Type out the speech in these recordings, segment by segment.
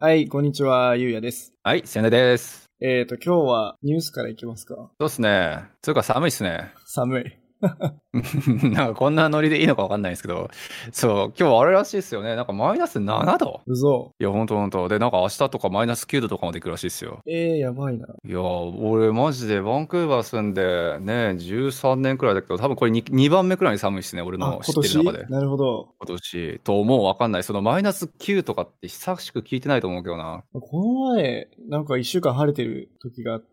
はい、こんにちは、ゆうやです。 はい、千田です。 今日はニュースからいきますか？ そうっすね。つうか寒いっすね。 寒い。 なんかこんなノリでいいのかわかんないんですけど、そう、今日あれらしいっすよね。なんかマイナス7度。 うそ。 いや、ほんと。で、なんか明日とかマイナス9度とかまで行くらしいっすよ。 やばいな。 いや、俺マジでバンクーバー住んでね、13年くらいだけど、多分これ 2番目くらいに寒いっすね。俺の知今ってる中で。 年なるほど。 今年。と、もうわかんない。そのマイナス9とかって久しく聞いてないと思うけどな。 この前、なんか一週間晴れてる時があって、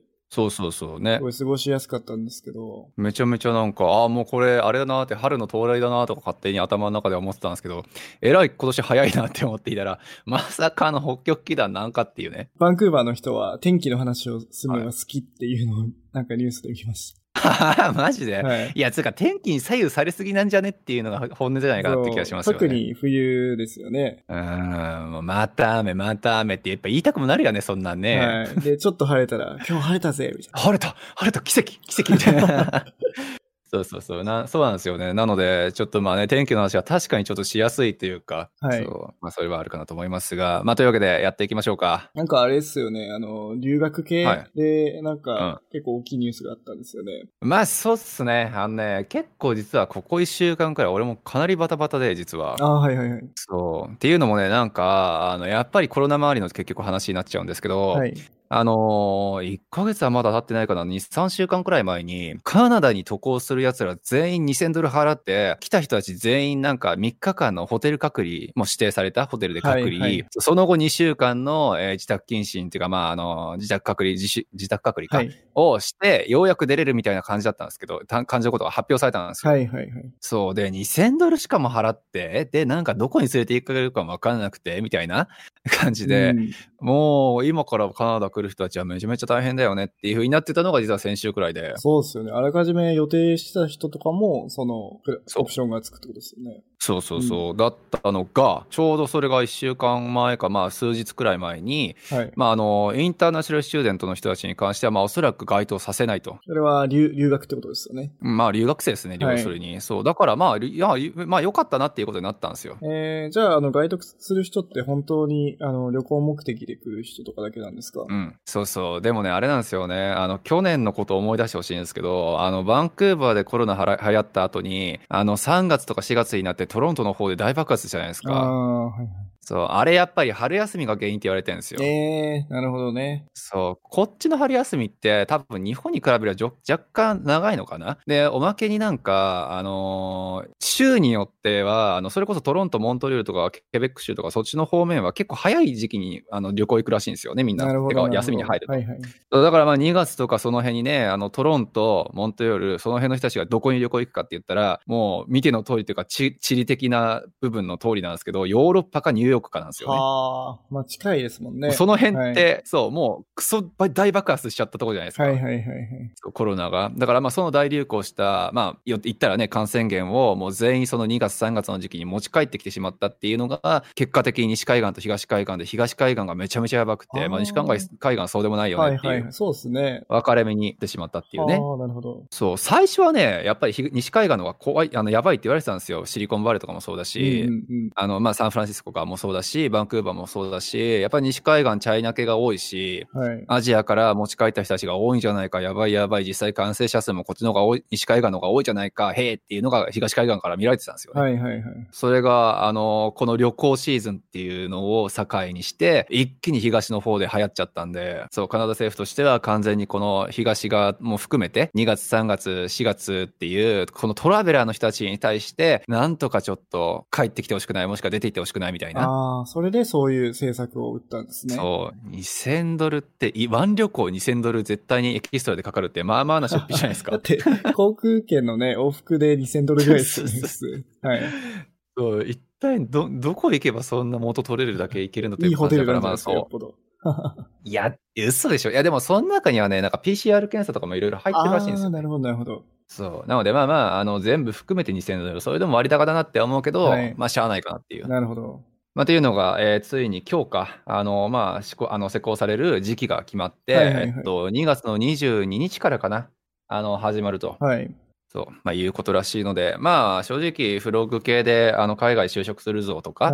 そうすね。 ごい過ごしやすかったんですけど、 めちゃめちゃなんか、もうこれ、あれだなって、春の到来だなとか勝手に頭の中で思ってたんですけど、えらい今年早いなって思っていたら、まさかの北極祈願なんかっていうね。 バンクーバーの人は天気の話をするのはい。 が好きっていうのをなんかニュースで見ましマジで。 た。はい。 いや、つうか天気に左右されすぎなんじゃねっていうのが本音じゃないかなって気がしそう、 ますよね。 特に冬ですよね。 もうまた雨ってやっぱ言いたくもなるよね、そんなんね。 はい。で、ちょっと晴れたら、今日晴れたぜみたい晴れた、奇跡みたいな。そうなんですよね。なので、ちょっとまあね、天気の話は確かにちょっとしやすいというか、 な。はい。 まあそれはあるかなと思いますが、まあというわけでやっていきましょうか。 なんかあれですよね、留学系はい。 で、なんかうん。 結構大きいニュースがあったんですよね。 まあそうっすね。結構実はここ1週間くらい俺もかなりバタバタで、実は。 はいはいはい。 そう。っていうのもね、なんか、やっぱりコロナ周りの結局話になっちゃうんですけど、 はい。 1ヶ月はまだ経ってないかな、2、3週間くらい前に、カナダに渡航する奴ら全員$2000払って、来た人たち全員なんか3日間のホテル隔離、もう指定されたホテルで隔離、 はいはい。 その後2週間の、自宅謹慎っていうか、まあ、自宅隔離か、 はい。 をして、ようやく出れるみたいな感じだったんですけど、感じのことが発表されたんですよ。 はいはいはい。 そう。で、$2000しかも払って、で、なんかどこに連れて行かれるかもわからなくて、みたいな感じで、 うん。 もう今からカナダ来る人たちはめちゃめちゃ大変だよねっていう風になってたのが実は先週くらいで。 そうですよね。あらかじめ予定してた人とかも、オプそう。 ションがつくってことですよね。 そう。だったのが、ちょうどそれが1週間前か、まあ数日くらい前に、 はい。 まあインターナショナルスチューデントの人たちに関しては、まあおそらく該当させないと。 それは留学ってことですよね。 まあ留学生ですね、 はい。 要するに。そう。だからまあ、まあ良かったなっていうことになったんですよ。 じゃあ、該当する人って本当に、旅行目的で来る人とかだけなんですか？ うん。でもね、あれなんですよね。去年のことを思い出してほしいんですけど、バンクーバーでコロナ流行った後に、3月とか4月になってトロントの方で大爆発じゃないですか。 はい。 そう、あれやっぱり春休みが原因って言われてるんですよ。 なるほどね。 そう、こっちの春休みって多分日本に比べれば若干長いのかな。で、おまけになんか、州によっては、それこそトロント、モントリオールとかケベック州とかそっちの方面は結構早い時期に旅行行くらしいんですよね、みんな。 なるほど、 てか、 なるほど。 休みに入ると。 はいはい。 そうだからまあ2月とかその辺にね、トロント、モントリオール、その辺の人たちがどこに旅行行くかって言ったら、もう見ての通りというか、地理的な部分の通りなんですけど、ヨーロッパかニューヨークかなんですよね。 はあ、まあ近いですもんね。 その辺っはい。 て、そう、もうクソ大爆発しちゃったところじゃないですか。 はいはいはいはい。 そうコロナが。だからまあその大流行した、まあ言ったらね、感染源をもう全員その2月3月の時期に持ち帰ってきてしまったっていうのが、結果的に西海岸と東海岸で東海岸がめちゃめちゃやばくあて、まあ西海岸はそうでもないよねっていうはいはいはい。そうですね。 分かれ目に行ってしまったっていうね。 はあ、なるほど。 そう、最初はね、やっぱり西海岸の方が怖い、やばいって言われてたんですよ。シリコンバレーとかもそうだうんうんし、 うん。 まあ、サンフランシスコかもそうだし、バンクーバーもそうだし、やっぱり西海岸チャイナ系が多いし、 はい。 アジアから持ち帰った人たちが多いんじゃないか、やばい、実際感染者数もこっちの方が多い、西海岸の方が多いじゃないか、へーっていうのが東海岸から見られてたんですよね。 はいはいはい。 それが、この旅行シーズンっていうのを境にして、一気に東の方で流行っちゃったんで、そう、カナダ政府としては完全にこの東がもう含めて、2月、3月、4月っていう、このトラベラーの人たちに対して、なんとかちょっと帰ってきてほしくない、もしくは出て行ってほしくないみたいな。 ああ、それでそういう政策を打ったんですね。 そう、$2000って、ワン旅行$2000絶対にエキストラでかかるって、まあまあな出費じゃないですか。 だって、航空券のね、往復で$2000ぐらいですよね、 そうそう普通。はい。 そう、一体どこ行けばそんな元取れるだけ行けるのっていいいホテう感じだから、 ルなんじゃないですか、よっまあそぽど。 う。いや、嘘でしょ。いや、でもその中にはね、なんか PCR 検査とかもいろいろ入ってるらしいんですああ、 よね。 なるほど、なるほど。 そう。なので、まあまあ、全部含めて$2000。それでも割高だなって思うけど、 はい。 まあ、しゃあないかなっていう。 なるほど。 まあ、というのが、ついに今日か、まあ、施行される時期が決まって、 はいはいはい。 2月の22日からかな、始まると。 はい。 そう、まあ、いうことらしいので、まあ、正直、フログ系で、海外就職するぞとか、 はい。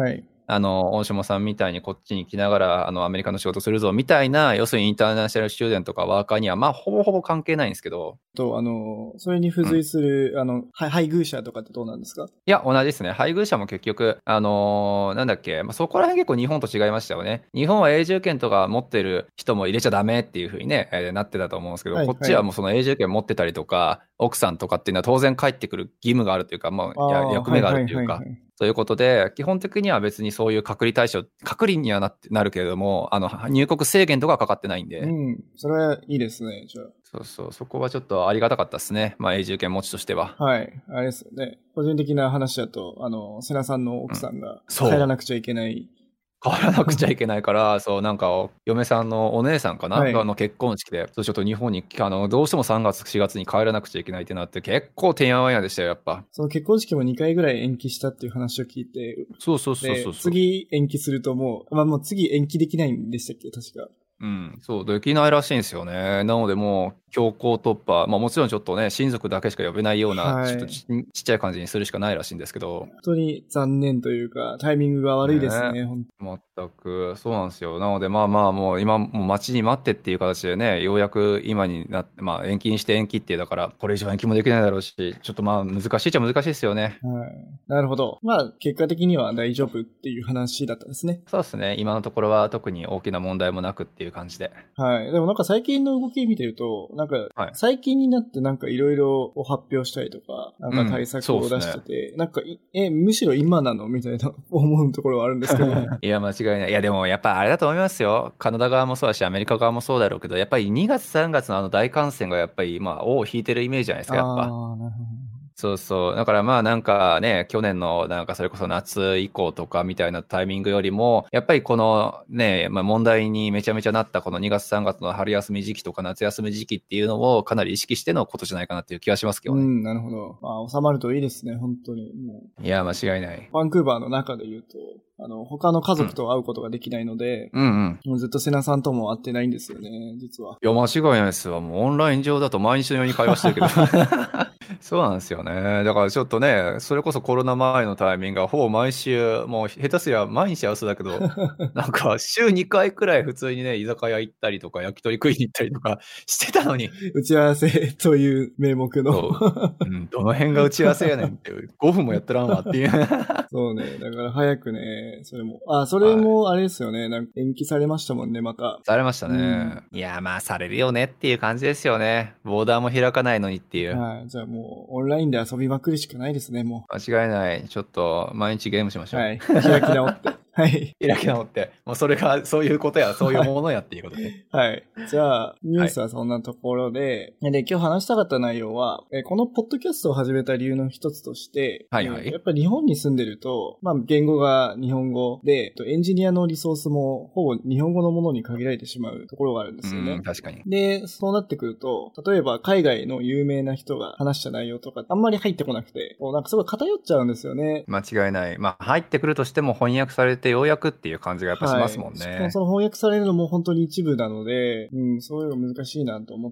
大下さんみたいにこっちに来ながら、アメリカの仕事するぞみたいな、要するにインターナショナルスチューデントとかワーカーには、まあ、ほぼほぼ関係ないんですけど。 それに付随する、配偶者とかってどうなんですか？ いや、同じですね。配偶者も結局、なんだっけ、まあ、そこら辺結構日本と違いましたよね。日本は永住権とか持ってる人も入れちゃダメっていう風にね、なってたと思うんですけど、 はいこっちはもうその永住権持ってたりとか、奥さんとかっていうのは当然帰ってくる義務があるというか、もう役目があるというか、そういうことで、基本的には別にそういう隔離対象、隔離にはなるけれども、入国制限とかはかかってないんで。 それはいいですね、じゃあ。 そうそう、そこはちょっとありがたかったですね。まあ、永住権持ちとしては。 はい。あれですよね。個人的な話だと、瀬名さんの奥さんが帰らなくちゃいけない。 帰らなくちゃいけないから、そう、なんか、嫁さんのお姉さんかな、結婚式で、ちょっと日本に、どうしても3月、4月に帰らなくちゃいけないってなって、結構てんやわんやでしたよ、やっぱ。 その結婚式も2回ぐらい延期したっていう話を聞いて。 そう。 次延期するともう次延期できないんでしたっけ、確か。 そう、できないらしいんですよね。なのでもう、強行突破。まあもちろんちょっとね、親族だけしか呼べないような、ちょっとちっちゃい感じにするしかないらしいんですけど。 本当に残念というか、タイミングが悪いですね、 全く、そうなんですよ。なのでもう今、もう待ちに待ってっていう形でね、ようやく今になって、まあ延期にして延期っていうだから、これ以上延期もできないだろうし、ちょっとまあ難しいっちゃ難しいですよね。 はい。なるほど。まあ結果的には大丈夫っていう話だったんですね。 そうですね。今のところは特に大きな問題もなくっていう感じで。 はい。でもなんか最近の動き見てると、なんか最近になってなんかいろいろ発表したりとか、なんか対策を出してて、なんかむしろ今なのみたいな思うところはあるんですけど。 いや間違いない。いやでもやっぱあれだと思いますよ。カナダ側もそうだしアメリカ側もそうだろうけど、やっぱり2月3月の大感染がやっぱり尾を引いてるイメージじゃないですか、やっぱ。 なるほど。 そうそう。だからまあなんかね、去年のなんかそれこそ夏以降とかみたいなタイミングよりも、やっぱりこのね、まあ問題にめちゃめちゃなったこの2月3月の春休み時期とか夏休み時期っていうのをかなり意識してのことじゃないかなっていう気がしますけどね。 なるほど。まあ収まるといいですね、本当に。 いや、間違いない。 バンクーバーの中で言うと、他の家族と会うことができないので、もうずっと瀬名さんとも会ってないんですよね、実は。 いや、間違いないですわ。もうオンライン上だと毎日のように会話してるけど。そうなんですよね。だからちょっとね、それこそコロナ前のタイミングがほぼ毎週、もう下手すりゃ毎日会うそうだけど、なんか週2回くらい普通にね、居酒屋行ったりとか焼き鳥食いに行ったりとかしてたのに。 打ち合わせという名目の。 どの辺が打ち合わせやねんっていう、5分もやってらんわっていう。 そうね。だから早くね、それもあれですよね。なんか延期されましたもんね、また。 されましたね。いや、まあされるよねっていう感じですよね。ボーダーも開かないのにっていう。 はい。じゃあもうオンラインで遊びまくるしかないですね、もう。間違いない。ちょっと毎日ゲームしましょう。 はい。開き直って。はい。 開き直って。もうそれがそういうことや、そういうものやっていうことで。 はい。じゃあ、ニュースはそんなところで、で、今日話したかった内容は、このポッドキャストを始めた理由の一つとして、やっぱり日本に住んでると、まあ、言語が日本語で、エンジニアのリソースもほぼ日本語のものに限られてしまうところがあるんですよね。 確かに。 で、そうなってくると、例えば海外の有名な人が話した内容とか、あんまり入ってこなくて、なんかすごい偏っちゃうんですよね。 間違いない。まあ、入ってくるとしても翻訳されてようやくっていう感じがやっぱしますもんね。 しかもその翻訳されるのも本当に一部なので、そういうの難しいなと思って、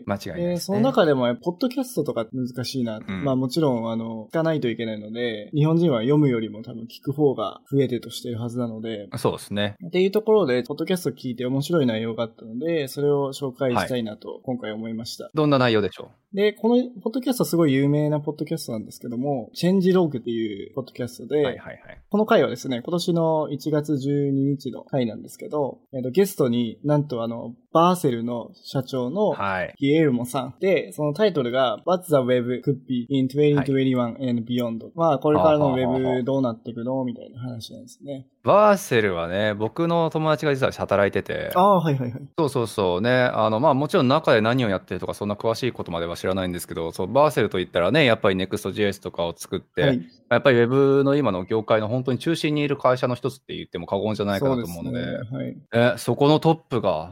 間違いないですね。 その中でも、ポッドキャストとか難しいな。まあもちろん、聞かないといけないので、日本人は読むよりも多分聞く方が増えてとしているはずなので。 そうですね。 っていうところで、ポッドキャスト聞いて面白い内容があったので、それを紹介したいなと、今回思いました。 どんな内容でしょう？ で、このポッドキャストはすごい有名なポッドキャストなんですけども、チェンジログっていうポッドキャストで、この回はですね、今年の1月12日の回なんですけど、ゲストになんとバーセルの社長のギエルモさんで、そのタイトルが What the Web could be in 2021 and beyond。まあ、これからのウェブどうなっていくのみたいな話なんですね。 バーセルはね、僕の友達が実は働いてて。 はいはいはい。 そうね。まあもちろん中で何をやってるとかそんな詳しいことまでは知らないんですけど、そう、バーセルといったらね、やっぱり Next.js とかを作って、やっぱり Web の今の業界の本当に中心にいる会社の一つって言っても過言じゃないかなと思うので、そこのトップがまさか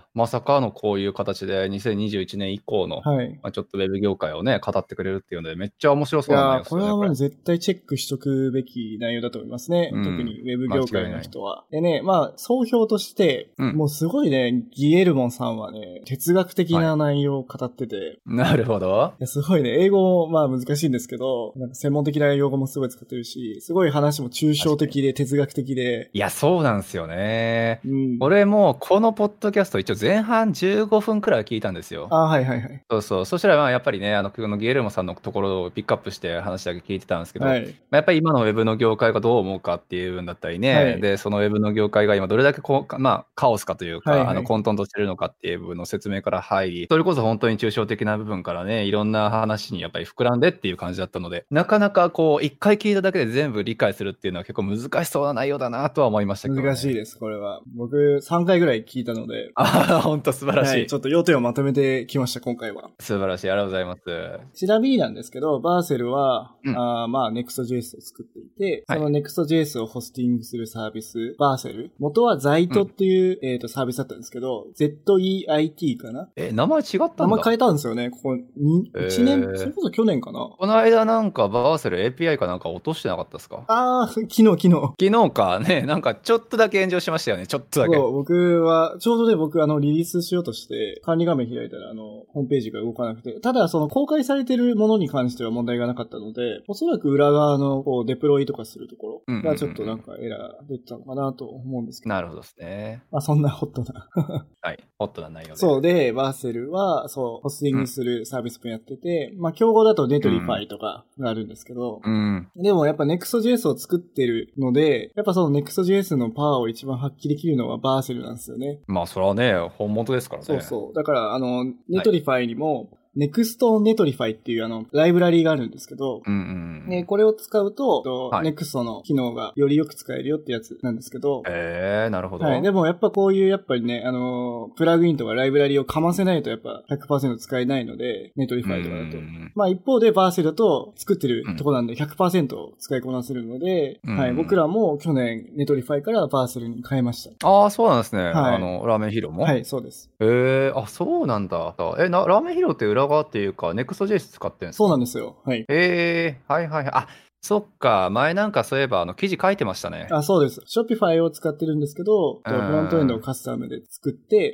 かのこういう形で2021年以降の、 はい。 まあ、ちょっとウェブ業界をね、語ってくれるっていうので、めっちゃ面白いそうな内容やー、 ですよね、 これはもうこれ。 絶対チェックしとくべき内容だと思いますね。 うん特にウェブ業界の人は。でね、まあ、総評として、 うんもうすごいね、ギエルモンさんはね、哲学的な内容を語ってて、 なるほど。 いやすごいね、英語もまあ難しいんですけど、なんか専門的な用語もすごい使ってるし、すごい話も抽象的で哲学的で、 いや、そうなんですよね。 うん。 俺もこのポッドキャスト一応前半15分くらい聞いたんですよ。 あ、はいはいはい。 そうそう。そしたらまあやっぱりね、このギエルモさんのところをピックアップして話だけ聞いてたんですけど、 はい。 まあやっぱり今のウェブの業界がどう思うかっていう部分だったりね、 はいで、そのウェブの業界が今どれだけまあカオスかというか、 はいはい混沌としてるのかっていう部分の説明から入り、それこそ本当に抽象的な部分からね、いろんな話にやっぱり膨らんでっていう感じだったので、なかなかこう、一回聞いただけで全部理解するっていうのは結構難しそうな内容だなとは思いましたけどね。 難しいです、これは。僕、3回ぐらい聞いたので、 ああ、本当素晴らしい。 はい、ちょっと要点をまとめてきました、今回は。 素晴らしい。ありがとうございます。 ちなみになんですけど、バーセルは、 うんまあ、Next.js を作っていて、 はいその Next.js をホスティングするサービス、バーセル。元はザイトっていう、サービスだったんですけど、ZEIT かな名前違ったんだ。 名前変えたんですよね、ここに、1年、それこそ去年かな。 この間なんかバーセル API かなんか落としてなかったですか？ 昨日。 昨日かね、なんかちょっとだけ炎上しましたよね、ちょっとだけ。 そう、僕は、ちょうどね、僕リリースしようとして、管理画面開いたら、ホームページが動かなくて、ただ、その公開されてるものに関しては問題がなかったので、おそらく裏側の、こう、デプロイとかするところがちょっとなんかエラー出てたのかなと思うんですけど。 なるほどですね。 まあ、そんなホットな。 はい。ホットな内容で。 そうで、バーセルは、そう、ホスティングするサービスもやってて、まあ、競合だとネトリファイとかがあるんですけど、 うん。 でもやっぱ Next.js を作ってるので、やっぱその Next.js のパワーを一番発揮できるのはバーセルなんですよね。 まあ、それはね、本物ですからね。 そうそう。だから、ネトリファイにも、Next ネトリファイっていうライブラリーがあるんですけど、 うんうん。 でこれを使うと、 はい Next の機能がよりよく使えるよってやつなんですけど、 なるほど。 はい。でもやっぱこういうやっぱりね、プラグインとかライブラリーをかませないとやっぱ 100% 使えないので、ネトリファイとかだと。まあ一方でバーセルだと作ってるとこなんで 100% 使いこなせるので、はい。僕らも去年ネトリファイからバーセルに変えました。 ああ、そうなんですね。 はいラーメンヒーローもはい、そうです。 あ、そうなんだ。ラーメンヒーローって裏側っていうか、Next.js 使ってるんですか？ そうなんですよ。はい。 はいはいはい。あ、そっか。前なんかそういえば、記事書いてましたね。 あ、そうです。Shopify を使ってるんですけど、フロントエンドをカスタムで作って、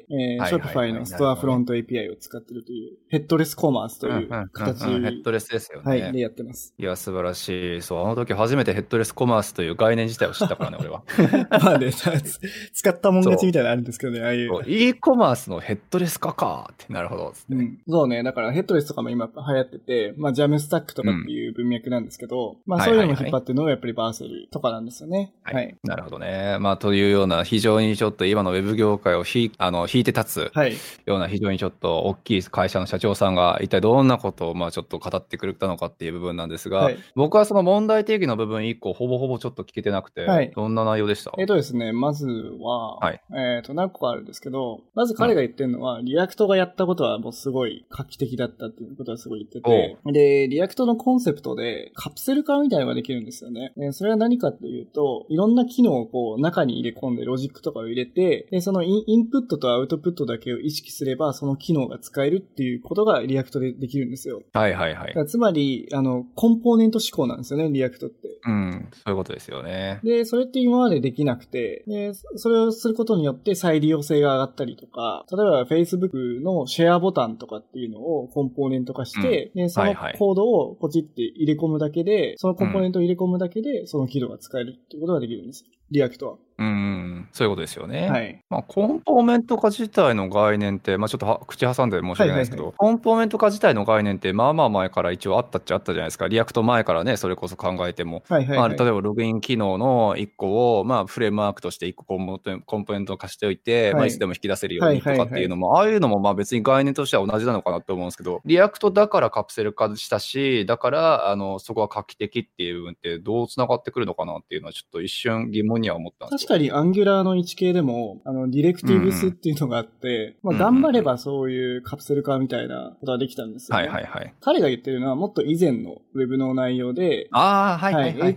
はいはいはい Shopify のストアフロント API を使ってるという、ヘッドレスコマースという形ヘッドレスですよね。 はい、でやってます。 いや、素晴らしい。そう、あの時初めてヘッドレスコマースという概念自体を知ったからね、俺は。 まあね、使ったもん勝ちみたいなのあるんですけどね、ああいう。 e コマースのヘッドレス化かってなるほど、 うん。そうね、だからヘッドレスとかも今流行ってて、まあジャムスタックとかっていう文脈なんですけど、まあそういうのも引っ張ってるのがやっぱりバーセルとかなんですよね。 はい。なるほどね。まあというような非常にちょっと今のウェブ業界を引いて立つような非常にちょっと大きい会社の社長さんが一体どんなことをまあちょっと語ってくれたのかっていう部分なんですが、僕はその問題定義の部分1個ほぼほぼちょっと聞けてなくて、どんな内容でした？ ですね、まずは、何個かあるんですけど、まず彼が言ってるのは、リアクトがやったことはもうすごい画期的だったっていうことはすごい言ってて、で、リアクトのコンセプトでカプセル化みたいなのができるんですよね。それは何かっていうと、いろんな機能をこう中に入れ込んでロジックとかを入れて、で、そのインプットとアウトプットだけを意識すれば、その機能が使えるっていうことがリアクトでできるんですよ。 はいはいはい。 つまり、コンポーネント思考なんですよね、リアクトって。 うん、そういうことですよね。 で、それって今までできなくて、で、それをすることによって再利用性が上がったりとか、例えば Facebook のシェアボタンとかっていうのをコンポーネント化して、で、そのコードをポチって入れ込むだけで、そのコンポーネントを入れ込むだけで、その機能が使えるっていうことができるんですよ。リアクトは。 そういうことですよね。 はい。 まあ、コンポーネント化自体の概念って、まあ、ちょっと口挟んで申し訳ないですけど、コンポーネント化自体の概念って、まあまあ前から一応あったっちゃあったじゃないですか。リアクト前からね、それこそ考えても。まあ、例えばログイン機能の1個を、まあ、フレームワークとして1個コンポーネント化しておいて、まあ、いつでも引き出せるようにとかっていうのも、ああいうのもまあ別に概念としては同じなのかなと思うんですけど、リアクトだからカプセル化したし、だから、そこは画期的っていう部分ってどう繋がってくるのかなっていうのはちょっと一瞬疑問疑問には思ったんですよ。 確かに Angular の1系でも、ディレクティブスっていうのがあって、まあ、頑張ればそういうカプセル化みたいなことができたんですよね。 はいはいはい。 彼が言ってるのはもっと以前の Web の内容で、 はいはいはい。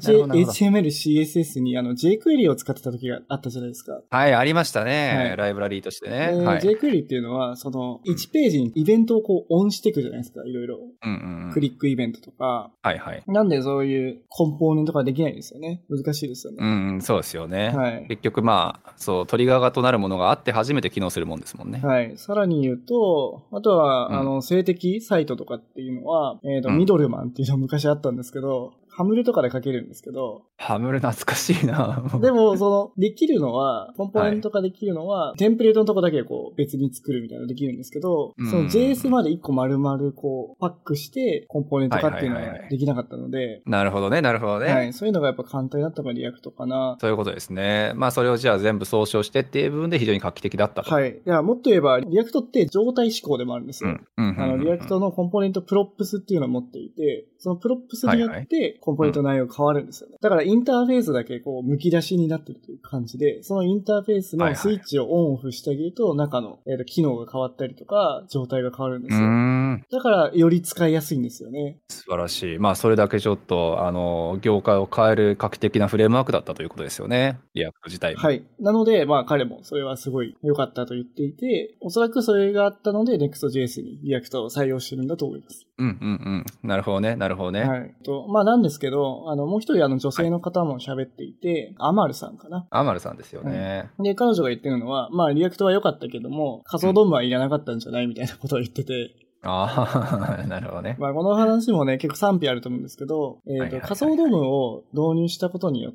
HTML、CSS にjQuery を使ってた時があったじゃないですか。 はい、ありましたね。 はい、 ライブラリーとしてね。 はい、jQuery っていうのは、その、1ページにイベントをこうオンしていくじゃないですか、いろいろ。クリックイベントとか。 はいはい。 なんでそういうコンポーネントができないんですよね。難しいですよね。 そうですよね。 はい。 結局まあ、そう、トリガーとなるものがあって初めて機能するもんですもんね。 はい。さらに言うと、あとは、静的サイトとかっていうのは、ミドルマンっていうのが昔あったんですけど、ハムルとかで書けるんですけど。 ハムル懐かしいな。 でも、できるのは、コンポーネント化できるのは、テンプレートのとこだけこう別に作るみたいなのできるんですけど、その JS まで1個丸々こうパックしてコンポーネント化っていうのはできなかったので。 なるほどね、なるほどね。 はい。そういうのがやっぱ簡単になったのがリアクトかな。 そういうことですね。まあそれをじゃあ全部総称してっていう部分で非常に画期的だったと。 はい。いや、もっと言えば、リアクトって状態思考でもあるんですよ。リアクトのコンポーネントプロップスっていうのを持っていて、そのプロップスによってコンポーネント内容が変わるんですよね。だからインターフェースだけこう剥き出しになってるという感じで、そのインターフェースのスイッチをオンオフしてあげると、中の、機能が変わったりとか、状態が変わるんですよ。だからより使いやすいんですよね。 素晴らしい。まあそれだけちょっと、業界を変える画期的なフレームワークだったということですよね。リアクト自体も。 はい。なので、まあ彼もそれはすごい良かったと言っていて、おそらくそれがあったので Next.js にリアクトを採用してるんだと思います。 なるほどね、なるほどね。 はい。まあなんですけど、もう一人女性の方も喋っていて、アマルさんかな。 アマルさんですよね。 で、彼女が言ってるのは、まあリアクトは良かったけども、仮想ドームはいらなかったんじゃないみたいなことを言ってて、 なるほどね。 まあこの話もね、結構賛否あると思うんですけど、仮想ドームを導入したことによって、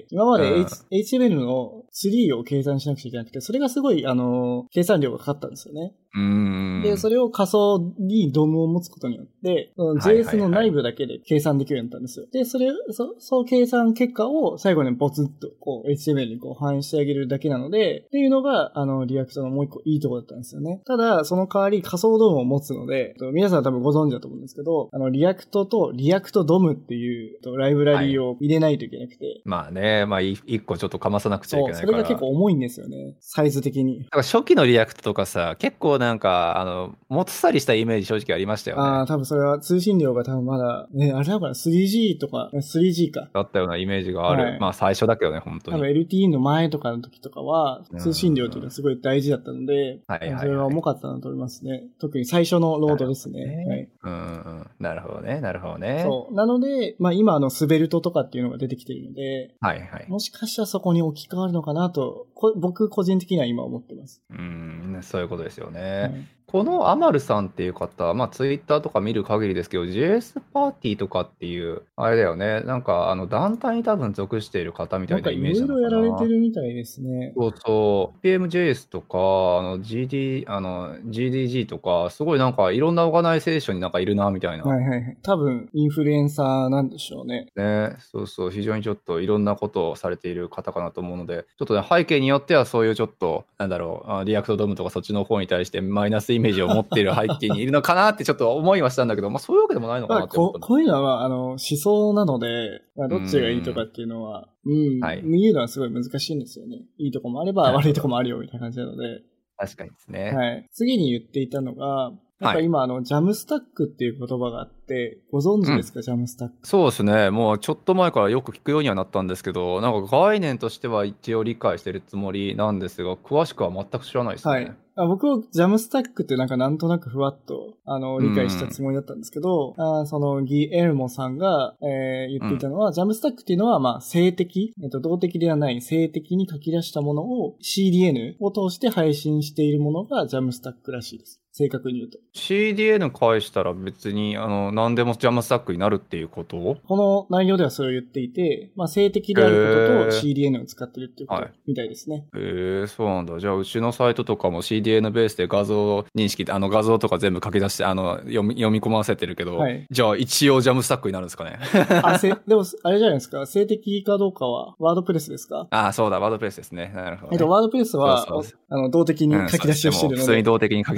今まで、HTML のツリーを計算しなくちゃいけなくて、それがすごい、計算量がかかったんですよね。で、それを仮想にドームを持つことによって、JS の内部だけで計算できるようになったんですよ。で、その計算結果を最後にボツッと、こう、HTML にこう反映してあげるだけなので、っていうのが、リアクトのもう一個いいところだったんですよね。ただ、その代わり仮想ドームを持つので、皆さん多分ご存知だと思うんですけど、リアクトとリアクトドムっていうライブラリーを入れないといけなくて。 まあね、まあ一個ちょっとかまさなくちゃいけないから。 それが結構重いんですよね。サイズ的に。 だから初期のリアクトとかさ、結構なんか、もっさりしたイメージ正直ありましたよね。 多分それは通信量が多分まだ、ね、あれだから 3G とか、3G か。 だったようなイメージがある。はい、まあ最初だけどね、本当に。 多分 LTE の前とかの時とかは、通信量っていうのはすごい大事だったので、それは重かったなと思いますね。特に最初のロードですね。 なるほどね、なるほどね。 そう。なので、まあ今スベルトとかっていうのが出てきているので、もしかしたらそこに置き換わるのかなと、僕個人的には今思ってます。 そういうことですよね。このアマルさんっていう方、まあツイッターとか見る限りですけど、JS パーティーとかっていう、あれだよね。なんか団体に多分属している方みたいなイメージなのかな。 なんかいろいろやられてるみたいですね。 そうそう。PMJS とか、GDG とか、すごいなんかいろんなオーガナイゼーションになんかいるな、みたいな。 多分インフルエンサーなんでしょうね。 そうそう。非常にちょっといろんなことをされている方かなと思うので、ちょっとね、背景によってはそういうちょっと、なんだろう、リアクトドームとかそっちの方に対してマイナスイメージを持っている背景にいるのかなってちょっと思いはしたんだけど、まあそういうわけでもないのかなって思った。 こういうのは、思想なので、どっちがいいとかっていうのは、見るのはすごい難しいんですよね。いいとこもあれば悪いとこもあるよみたいな感じなので。 確かにですね。 はい。次に言っていたのが、なんか今ジャムスタックっていう言葉があって、ご存知ですか、ジャムスタック。 そうですね。もうちょっと前からよく聞くようにはなったんですけど、なんか概念としては一応理解してるつもりなんですが、詳しくは全く知らないですね。 僕はジャムスタックってなんとなくふわっと、理解したつもりだったんですけど、そのギエルモさんが、言っていたのは、ジャムスタックっていうのは、まあ、静的、動的ではない静的に書き出したものを CDN を通して配信しているものがジャムスタックらしいです。正確に言うと。 CDN 返したら別に、何でもジャムスタックになるっていうこと？ この内容ではそれを言っていて、まあ、静的であることと CDN を使ってるっていうことみたいですね。 そうなんだ。じゃあ、うちのサイトとかも CDN ベースで画像認識で、画像とか全部書き出して、読み込ませてるけど、じゃあ一応ジャムスタックになるんですかね。 でも、あれじゃないですか。静的かどうかは、ワードプレスですか？ そうだ、ワードプレスですね。なるほど、ね。 ワードプレスは、動的に書き出しをしてるので。 普通に動的に書き出ししてる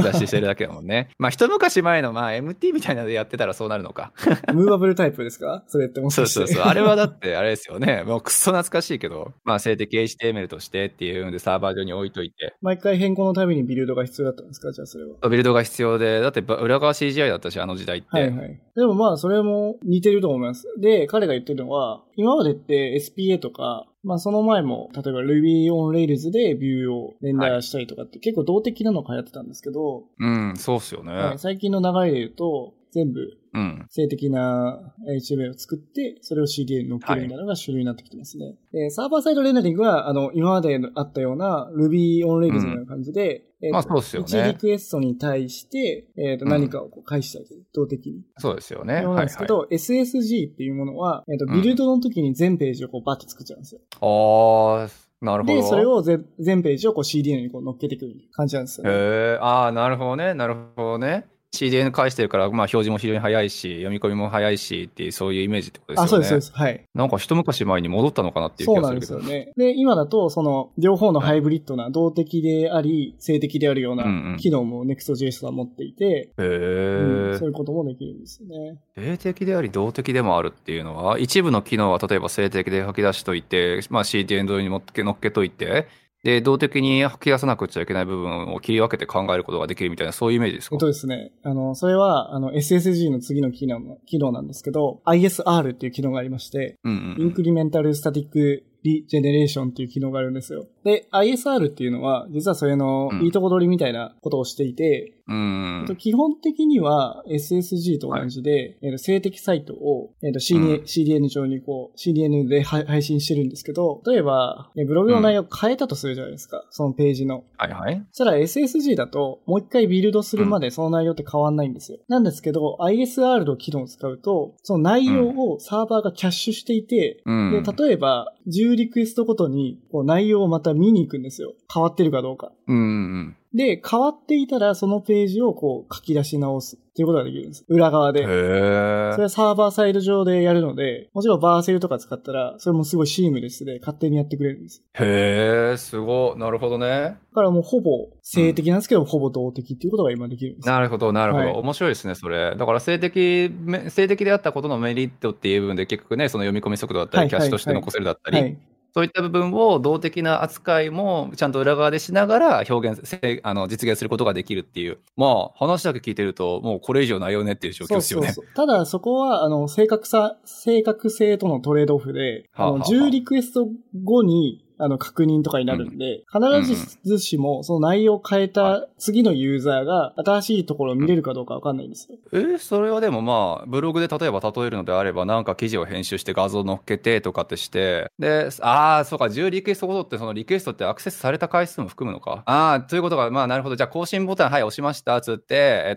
だけだもんね。まあ一昔前のMT みたいなのでやってたらそうなるのか。 ムーバブルタイプですかそれってもしかして。 そう。あれはだってあれですよね。もうくっそ懐かしいけど、静的 HTML としてっていうのでサーバー上に置いといて。 毎回変更のためにビルドが必要だったんですかじゃあそれは。 ビルドが必要で、だって裏側 CGI だったし、あの時代って。 はいはい。でもそれも似てると思います。で、彼が言ってるのは、今までって SPA とか、その前も、例えば Ruby on Rails でビューをレンダーしたりとかって結構動的なのが流行ってたんですけど、 そうっすよね。 はい、最近の流れで言うと、全部、静的な HTML を作って、それを CDN に乗っけるみたいなのが主流になってきてますね。サーバーサイドレンダリングは、今まであったような Ruby on Rails のような感じで、 そうですよね。 1リクエストに対して、何かを返してあげる。動的に。 そうですよね。 なんですけど、SSG っていうものは、ビルドの時に全ページをバッと作っちゃうんですよ。 なるほど。 で、それを全ページをCDN に乗っけてくる感じなんですよね。 なるほどね。CDN 返してるから、表示も非常に早いし、読み込みも早いしっていう、そういうイメージってことですよね。 そうです。はい。 なんか一昔前に戻ったのかなっていう気がするけど。 そうなんですよね。で、今だと、両方のハイブリッドな、動的であり、静的であるような機能も Next.js は持っていて、そういうこともできるんですよね。 静的であり、動的でもあるっていうのは、一部の機能は例えば静的で書き出しといて、CDN 上に乗っけといて、で、動的に吐き出さなくちゃいけない部分を切り分けて考えることができるみたいな、そういうイメージですか？ ですね。それは、SSG の次の機能なんですけど、ISR っていう機能がありまして、インクリメンタルスタティックリジェネレーションっていう機能があるんですよ。で、ISR っていうのは、実はそれのいいとこ取りみたいなことをしていて、基本的には SSG と同じで、静的サイトを、CDN 上にCDN で配信してるんですけど、例えば、ブログの内容を変えたとするじゃないですか、そのページの。 はいはい。 そしたら SSG だと、もう一回ビルドするまでその内容って変わんないんですよ。なんですけど、ISR の機能を使うと、その内容をサーバーがキャッシュしていて、で、例えば、10リクエストごとに内容をまた見に行くんですよ。変わってるかどうか。で、変わっていたらそのページを書き出し直すっていうことができるんです。裏側で。それはサーバーサイド上でやるので、もちろんバーセルとか使ったら、それもすごいシームレスで勝手にやってくれるんです。 すごい。なるほどね。だからもうほぼ静的なんですけど、ほぼ動的っていうことが今できるんです。 なるほど。面白いですね、それ。だから静的であったことのメリットっていう部分で結局ね、その読み込み速度だったり、キャッシュとして残せるだったり、そういった部分を動的な扱いもちゃんと裏側でしながら実現することができるっていう。話だけ聞いてると、もうこれ以上ないよねっていう状況ですよね。 ただそこは、正確性とのトレードオフで、10リクエスト後に、確認とかになるんで、必ずしもその内容を変えた次のユーザーが新しいところを見れるかどうかわかんないんですよ。 それはでもブログで例えるのであれば、なんか記事を編集して画像乗っけてとかってして、で、そうか、10リクエストごとってそのリクエストってアクセスされた回数も含むのか。ということが、なるほど。じゃあ更新ボタン、押しました、つって、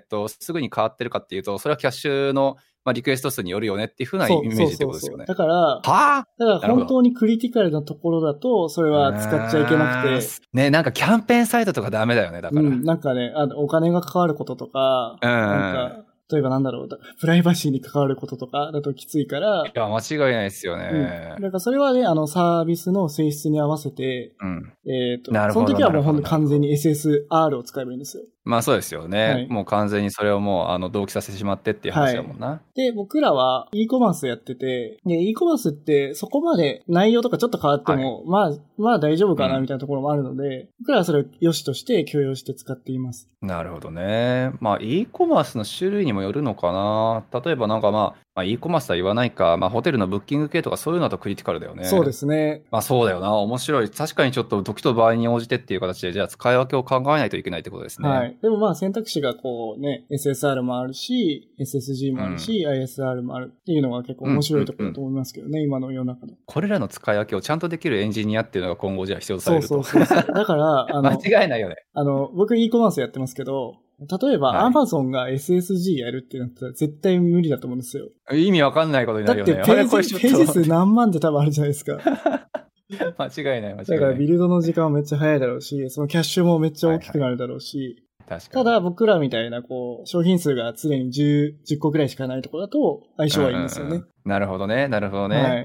すぐに変わってるかっていうと、それはキャッシュのリクエスト数によるよねっていう風なイメージってことですよね。 だから本当にクリティカルなところだと、それは使っちゃいけなくて。 ね、なんかキャンペーンサイトとかダメだよね、だから。 なんかね、お金がかかることとか、なんか、例えばプライバシーに関わることとかだときついから。 いや、間違いないですよね。 だからそれはね、サービスの性質に合わせて、その時はもう本当に完全に SSR を使えばいいんですよ。 そうですよね。もう完全にそれをもう同期させてしまってっていう話だもんな。 で、僕らは e コマースやってて、e コマースってそこまで内容とかちょっと変わっても、まあ大丈夫かなみたいなところもあるので、僕らはそれを良しとして許容して使っています。 なるほどね。e コマースの種類にもよるのかな。例えばe コマースは言わないか、ホテルのブッキング系とかそういうのだとクリティカルだよね。 そうですね。 そうだよな。面白い。確かにちょっと時と場合に応じてっていう形で、じゃあ使い分けを考えないといけないってことですね。 でも選択肢がSSR もあるし、SSG もあるし、ISR もあるっていうのが結構面白いところだと思いますけどね、今の世の中で。 これらの使い分けをちゃんとできるエンジニアっていうのが今後じゃあ必要とされると。 そう。だから、 間違いないよね。 僕 e コマースやってますけど、例えば Amazon が SSG やるってなったら絶対無理だと思うんですよ。 意味わかんないことになるよね。 だってページ数何万って多分あるじゃないですか。 間違いない。 だからビルドの時間はめっちゃ早いだろうし、そのキャッシュもめっちゃ大きくなるだろうし、ただ僕らみたいな商品数が常に10個くらいしかないところだと相性はいいんですよね。 なるほどね。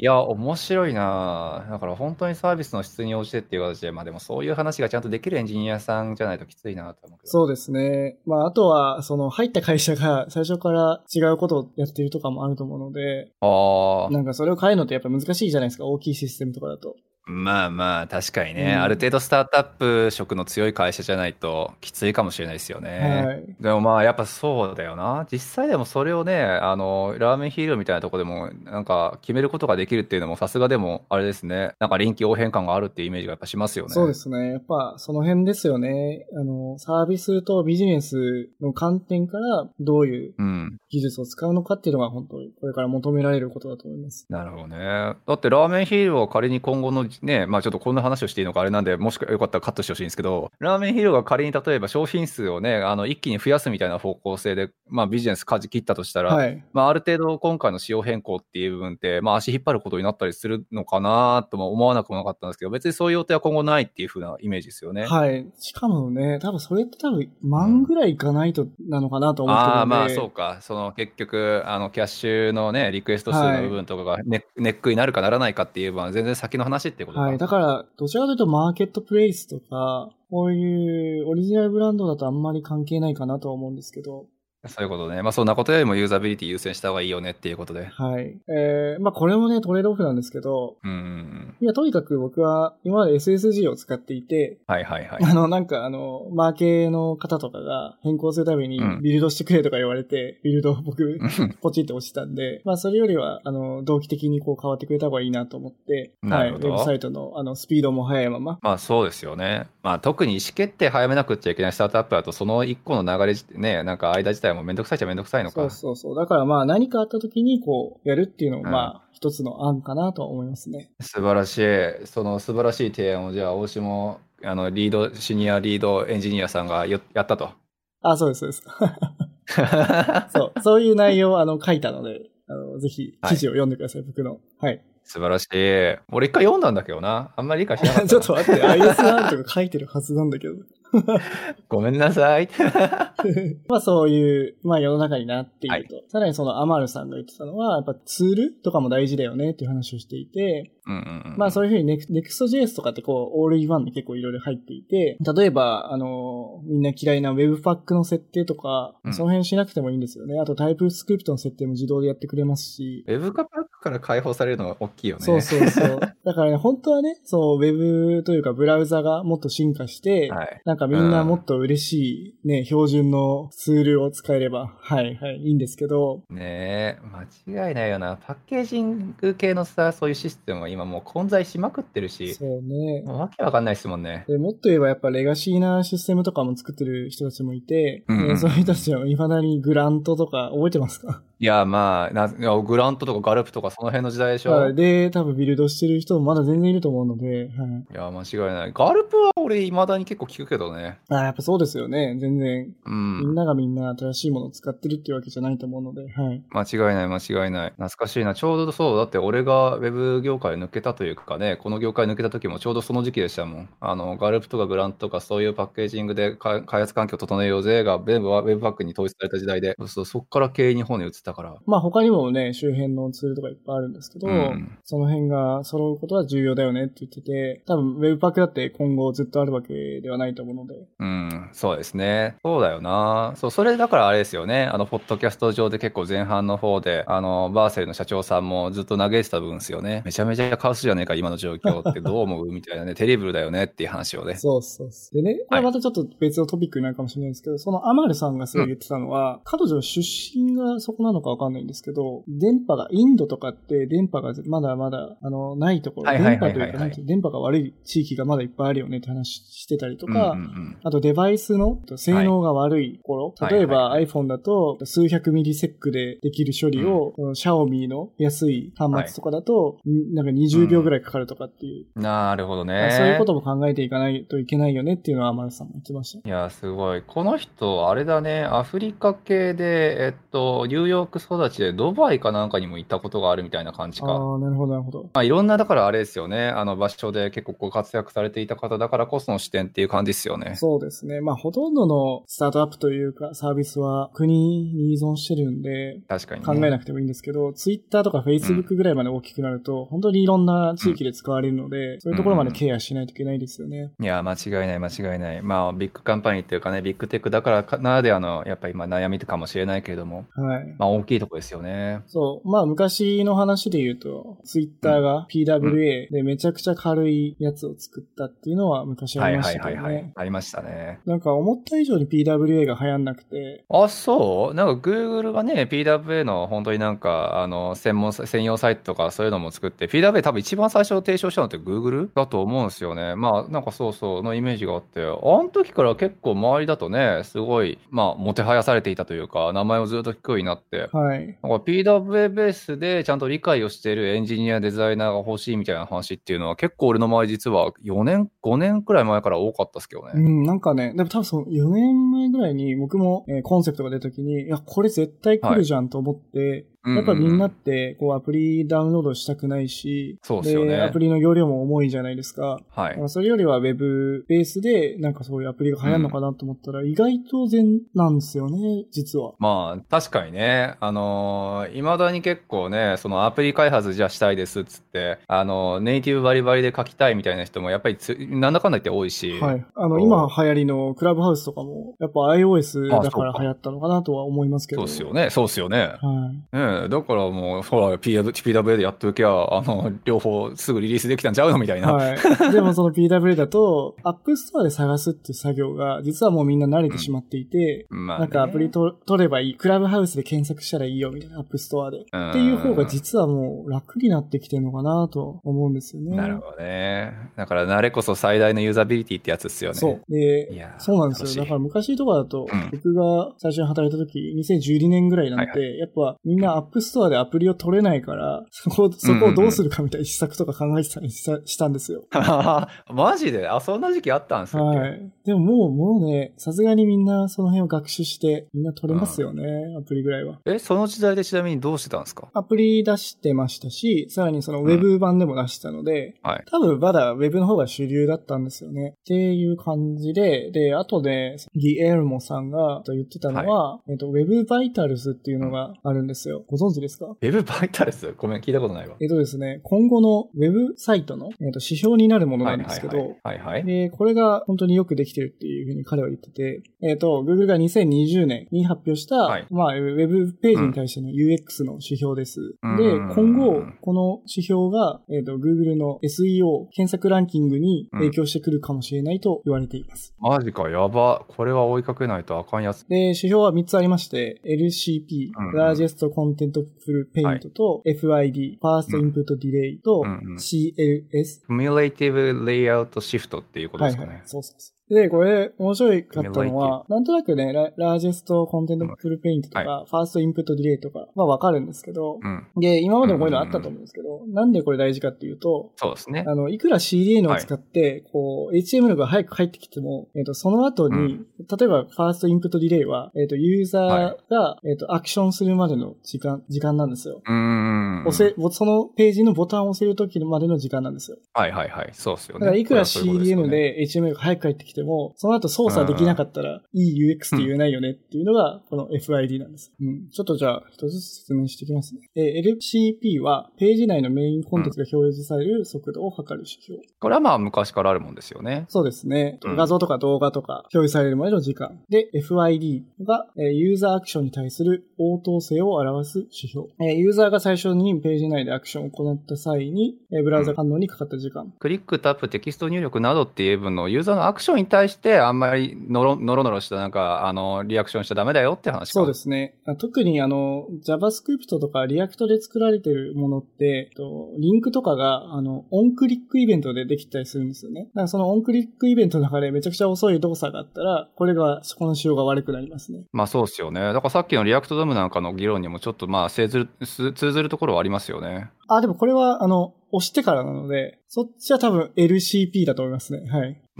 いや、面白いな。だから本当にサービスの質に応じてっていう形で、まあでもそういう話がちゃんとできるエンジニアさんじゃないときついなと思うけど。 そうですね。まあ、あとは、その、入った会社が最初から違うことをやってるとかもあると思うので、なんかそれを変えるのってやっぱ難しいじゃないですか、大きいシステムとかだと。 まあまあ、確かにね、ある程度スタートアップ色の強い会社じゃないときついかもしれないですよね。 はい。 でもまあ、やっぱそうだよな。実際でもそれをね、ラーメンヒーローみたいなとこでも、なんか決めることができるっていうのも、さすがでも、あれですね。なんか臨機応変感があるっていうイメージがやっぱしますよね。 そうですね。やっぱその辺ですよね。サービスとビジネスの観点からどういう技術を使うのかっていうのが本当にこれから求められることだと思います。 なるほどね。だってラーメンヒーローは仮に今後のね、まあちょっとこんな話をしていいのかあれなんで、もしよかったらカットしてほしいんですけど、ラーメンヒーローが仮に例えば商品数をね、一気に増やすみたいな方向性で、まあビジネス舵切ったとしたら、 はい。 まあある程度今回の仕様変更っていう部分って、まあ足引っ張ることになったりするのかなとも思わなくもなかったんですけど、別にそういう予定は今後ないっていう風なイメージですよね。 はい。しかもね、多分それって万ぐらいいかないとなのかなと思ってるので。 まあそうか。その結局、キャッシュのね、リクエスト数の部分とかがネックになるかならないかっていうのは全然先の話ってことか。 はい。だから、どちらかというとマーケットプレイスとか、こういうオリジナルブランドだとあんまり関係ないかなとは思うんですけど。 そういうことね。まあそんなことよりもユーザビリティ優先した方がいいよねっていうことで。 はい。まあこれもね、トレードオフなんですけど、いや、とにかく僕は今まで SSG を使っていて、 はいはいはい。 なんかマーケの方とかが変更するためにビルドしてくれとか言われて、ビルドを僕、ポチって押したんで、まあそれよりは、同期的にこう変わってくれた方がいいなと思って、はい。ウェブサイトのスピードも速いまま。 まあそうですよね。まあ特に意思決定早めなくっちゃいけないスタートアップだと、その一個の流れね、なんか間自体もめんどくさいっちゃめんどくさいのか。 そう。だからまあ何かあった時にこうやるっていうのもまあ一つの案かなと思いますね。 素晴らしい。その素晴らしい提案をじゃあ大下もシニアリードエンジニアさんがやったと。 そうです。そういう内容を書いたので、ぜひ記事を読んでください、僕の。はい。 素晴らしい。俺一回読んだんだけどな。あんまり理解しなかった。 ちょっと待って、ISR とか書いてるはずなんだけど。 ごめんなさい。 まあそういう、まあ世の中になっていると。さらにそのアマルさんが言ってたのは、やっぱツールとかも大事だよねっていう話をしていて、まあそういうふうに Next.js とかってこう、オールインワンで結構いろいろ入っていて、例えば、みんな嫌いな Webpack の設定とか、その辺しなくてもいいんですよね。あと TypeScript の設定も自動でやってくれますし。 Webpack から解放されるのが大きいよね。 そう。だからね、本当はね、そう、Web というかブラウザがもっと進化して、なんかみんなもっと嬉しいね、標準のツールを使えれば、いいんですけど。 ねえ、間違いないよな。パッケージング系のさ、そういうシステムは今もう混在しまくってるし。 そうね。 もうわけわかんないですもんね。 で、もっと言えばやっぱレガシーなシステムとかも作ってる人たちもいて、そういう人たちは未だにグラントとか覚えてますか？ いや、まあ、グラントとかガルプとかその辺の時代でしょ。 で、多分ビルドしてる人もまだ全然いると思うので、 いや、間違いない。ガルプは俺未だに結構聞くけどね。 やっぱそうですよね。全然。みんながみんな新しいものを使ってるっていうわけじゃないと思うので、 間違いない。懐かしいな。ちょうどそう。だって俺がウェブ業界抜けたというかね、この業界抜けた時もちょうどその時期でしたもん。ガルプとかグラントとかそういうパッケージングで開発環境を整えようぜが全部ウェブパックに統一された時代で、そっから経営日本に移ったから。 まあ他にもね、周辺のツールとかいっぱいあるんですけど、その辺が揃うことは重要だよねって言ってて、多分 Webpack だって今後ずっとあるわけではないと思うので。 そうですね。そうだよな。そう、それだからあれですよね。ポッドキャスト上で結構前半の方で、バーセルの社長さんもずっと嘆いてた部分ですよね。めちゃめちゃカオスじゃねえか、今の状況ってどう思うみたいなね、テリブルだよねっていう話をね。 そう。でね、またちょっと別のトピックになるかもしれないですけど、そのアマルさんがすごい言ってたのは、彼女出身がそこなのかわかんないんですけど、インドとかって電波がまだまだ、ないところ、電波というか、電波が悪い地域がまだいっぱいあるよねって話してたりとか、あとデバイスの性能が悪い頃、例えば iPhone だと数百ミリセックでできる処理を、シャオミの安い端末とかだと、なんか20秒ぐらいかかるとかっていう。 なるほどね。 そういうことも考えていかないといけないよねっていうのはアマルさんも言ってました。 いや、すごい。この人、あれだね、アフリカ系で、ニューヨーク育ちでドバイかなんかにも行ったことがあるみたいな感じか。 ああ、なるほど、なるほど。 まあ、いろんな、だからあれですよね。場所で結構ご活躍されていた方だからこその視点っていう感じですよね。 そうですね。まあ、ほとんどのスタートアップというか、サービスは国に依存してるんで、 確かに、ね、 考えなくてもいいんですけど、ツイッターとかフェイスブックぐらいまで大きくなると、本当にいろんな地域で使われるので、そういうところまでケアしないといけないですよね。 いや、間違いない、間違いない。まあ、ビッグカンパニーっていうかね、ビッグテックだからならではの、やっぱり今悩みかもしれないけれども、 はい。 まあ、大きいとこですよね。 そう。まあ、昔の話で言うと、ツイッターが PWA でめちゃくちゃ軽いやつを作ったっていうのは昔ありましたけどね。 ありましたね。 なんか思った以上に PWA が流行んなくて。 あ、そうなんか Google がね、PWA の本当になんか、専用サイトとかそういうのも作って、PWA 多分一番最初提唱したのって Google だと思うんですよね。まあ、なんかそうそうのイメージがあって、あの時から結構周りだとね、すごい、まあ、もてはやされていたというか、名前をずっと聞くようになって、 はい。 なんか PWA ベースでちゃんと理解をしているエンジニア、デザイナーが欲しいみたいな話っていうのは結構俺の周り実は4年、5年くらい前から多かったですけどね。 うん、なんかね、でも多分その4年前ぐらいに僕も、コンセプトが出た時に、いや、これ絶対来るじゃんと思って、やっぱみんなって、こう、アプリダウンロードしたくないし、 そうですよね。 アプリの容量も重いじゃないですか。 はい。 それよりは Web ベースで、なんかそういうアプリが流行るのかなと思ったら、意外と全なんですよね、実は。 まあ、確かにね、未だに結構ね、そのアプリ開発じゃしたいですっつって、ネイティブバリバリで書きたいみたいな人もやっぱりなんだかんだ言って多いし。 はい。今流行りのクラブハウスとかも、やっぱ iOS だから流行ったのかなとは思いますけど。 そうですよね、そうですよね。 はい。 だからもう、ほら、PWA でやっておきゃ、両方すぐリリースできたんちゃうのみたいな。 はい。でもその PWA だと、App Store で探すっていう作業が、実はもうみんな慣れてしまっていて、まあなんかアプリ取ればいい、クラブハウスで検索したらいいよ、みたいな App Store で。っていう方が実はもう楽になってきてるのかなと思うんですよね。 なるほどね。だから慣れこそ最大のユーザビリティってやつですよね。 そう。で、そうなんですよ。だから昔とかだと、僕が最初に働いた時、2012年ぐらいなんて、やっぱみんな App Store でアプリを取れないから、そこをどうするかみたいな施策とか考えてたりしたんですよ。 マジで？そんな時期あったんですか？ はい。でももうね、さすがにみんなその辺を学習して、みんな取れますよね、アプリぐらいは。 その時代でちなみにどうしてたんですか？ アプリ出してましたし、さらにそのウェブ版でも出してたので、多分まだウェブの方が主流だったんですよね。っていう感じで、あとで、ギエルモさんが言ってたのは、ウェブバイタルズっていうのがあるんですよ。ご存知ですか？ ウェブバイタルズ？ごめん、聞いたことないわ。 ですね、今後のウェブサイトの、指標になるものなんですけど、で、これが本当によくできてるっていうふうに彼は言ってて、Google が2020年に発表した、まあ、ウェブページに対しての UX の指標です。で、今後、この指標が、Google の SEO 検索ランキングに影響してくるかもしれないと言われています。 マジか、やば。これは追いかけないとあかんやつ。 で、指標は3つありまして、LCP、Largest Contentful Paint と FID、First Input Delay と CLS。 Cumulative Layout Shift っていうことですかね。 はいはい、そうそうそう。で、これ、面白かったのは、なんとなくね、ラージェストコンテントフルペイントとか、ファーストインプットディレイとかはわかるんですけど、で、今までもこういうのあったと思うんですけど、なんでこれ大事かっていうと、 そうですね。 いくら CDN を使って、こう、HTML が早く返ってきても、その後に、例えば、ファーストインプットディレイは、ユーザーが、アクションするまでの時間なんですよ。そのページのボタンを押せるときまでの時間なんですよ。 はいはいはい。そうですよね。 だからいくら CDN で HTML が早く返ってきても、その後操作できなかったら、いい UX って言えないよねっていうのが、この FID なんです。ちょっとじゃあ、一つずつ説明していきますね。LCP は、ページ内のメインコンテンツが表示される速度を測る指標。 これはまあ昔からあるもんですよね。 そうですね。画像とか動画とか表示されるまでの時間。で、FID が、ユーザーアクションに対する応答性を表す指標。ユーザーが最初にページ内でアクションを行った際に、ブラウザ反応にかかった時間。 クリック、タップ、テキスト入力などっていう分のユーザーのアクションに対して、あんまりノロしたなんか、リアクションしちゃダメだよって話か。 そうですね。特にJavaScript とか React で作られてるものって、リンクとかが、オンクリックイベントでできたりするんですよね。だからそのオンクリックイベントの中でめちゃくちゃ遅い動作があったら、この仕様が悪くなりますね。 まあそうですよね。だからさっきの React DOM なんかの議論にもちょっとまあ通ずるところはありますよね。 でもこれは、押してからなので、そっちは多分 LCP だと思いますね。はい。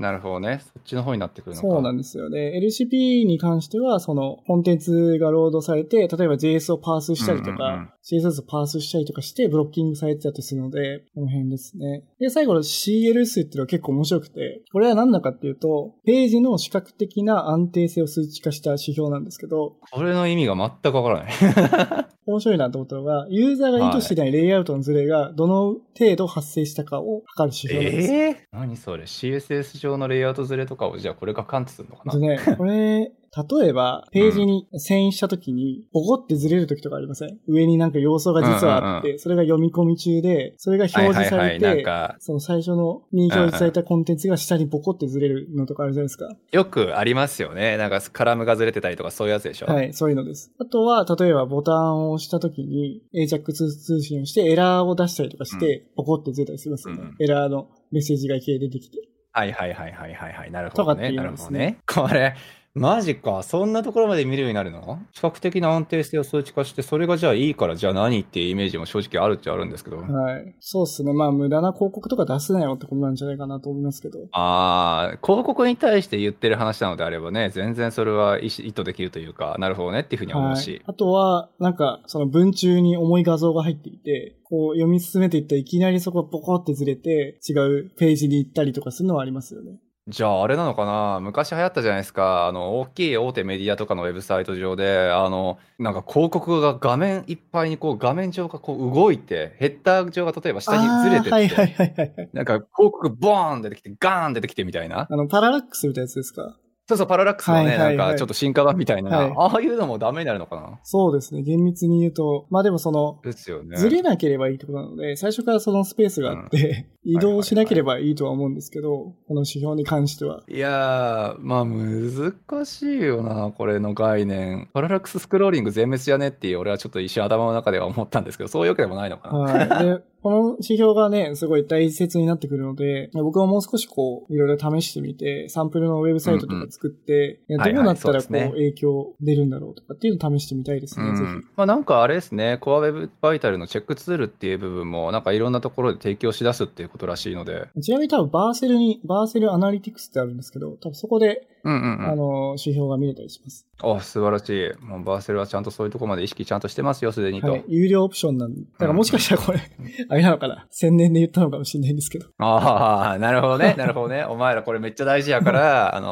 なるほどね。そっちの方になってくるのか。 そうなんですよね。LCP に関しては、その、コンテンツがロードされて、例えば JS をパースしたりとか、CSS をパースしたりとかして、ブロッキングされてたりするので、この辺ですね。で、最後の CLS っていうのは結構面白くて、これは何だかっていうと、ページの視覚的な安定性を数値化した指標なんですけど、 これの意味が全くわからない。 面白いなと思ったのが、ユーザーが意図していないレイアウトのズレがどの程度発生したかを測る指標なんです。 何それ ?CSS 上のレイアウトズレとかをじゃあこれが感知するのかな？ ね、これ、例えば、ページに遷移したときに、ボコってずれるときとかありません？上になんか要素が実はあって、それが読み込み中で、それが表示されて、その最初のに表示されたコンテンツが下にボコってずれるのとかあるじゃないですか。 よくありますよね。なんかカラムがずれてたりとかそういうやつでしょ？ はい、そういうのです。あとは、例えばボタンを押したときに AJAX 通信をしてエラーを出したりとかして、ボコってずれたりしますよね。エラーのメッセージがいきなり出てきて。 はい。なるほどね。なるほどね。これ、マジか。そんなところまで見るようになるの？視覚的な安定性を数値化して、それがじゃあいいからじゃあ何っていうイメージも正直あるっちゃあるんですけど。 はい。そうですね。まあ無駄な広告とか出すなよってことなんじゃないかなと思いますけど。 広告に対して言ってる話なのであればね、全然それは意図できるというか、なるほどねっていうふうに思うし。はい、 あとは、なんか、その文中に重い画像が入っていて、こう読み進めていったらいきなりそこボコってずれて違うページに行ったりとかするのはありますよね。 じゃああれなのかな？昔流行ったじゃないですか。大きい大手メディアとかのウェブサイト上で、なんか広告が画面いっぱいにこう画面上がこう動いて、ヘッダー上が例えば下にずれてって、なんか広告ボーン出てきて、ガーン出てきてみたいな。 パララックスみたいなやつですか？ そう、パララックスのね、なんかちょっと進化版みたいな、ああいうのもダメになるのかな？ そうですね。厳密に言うと、まあでもその、 ですよね。 ずれなければいいってことなので、最初からそのスペースがあって、移動しなければいいとは思うんですけど、この指標に関しては。 いやー、まあ難しいよな、これの概念。パララックススクローリング全滅じゃねっていう、俺はちょっと一瞬頭の中では思ったんですけど、そういうわけでもないのかな。 はい。でこの指標がね、すごい大切になってくるので、僕はもう少しこう、いろいろ試してみて、サンプルのウェブサイトとか作って、どうなったらこう、影響出るんだろうとかっていうのを試してみたいですね、ぜひ。 まあなんかあれですね、コアウェブバイタルのチェックツールっていう部分も、なんかいろんなところで提供し出すっていうことらしいので。 ちなみに多分バーセルアナリティクスってあるんですけど、多分そこで、指標が見れたりします。 素晴らしい。もうバーセルはちゃんとそういうところまで意識ちゃんとしてますよ、すでにと。 はい、有料オプションなんで。だからもしかしたらこれ、あれなのかな。宣伝で言ったのかもしれないんですけど。 なるほどね。なるほどね。お前らこれめっちゃ大事やから、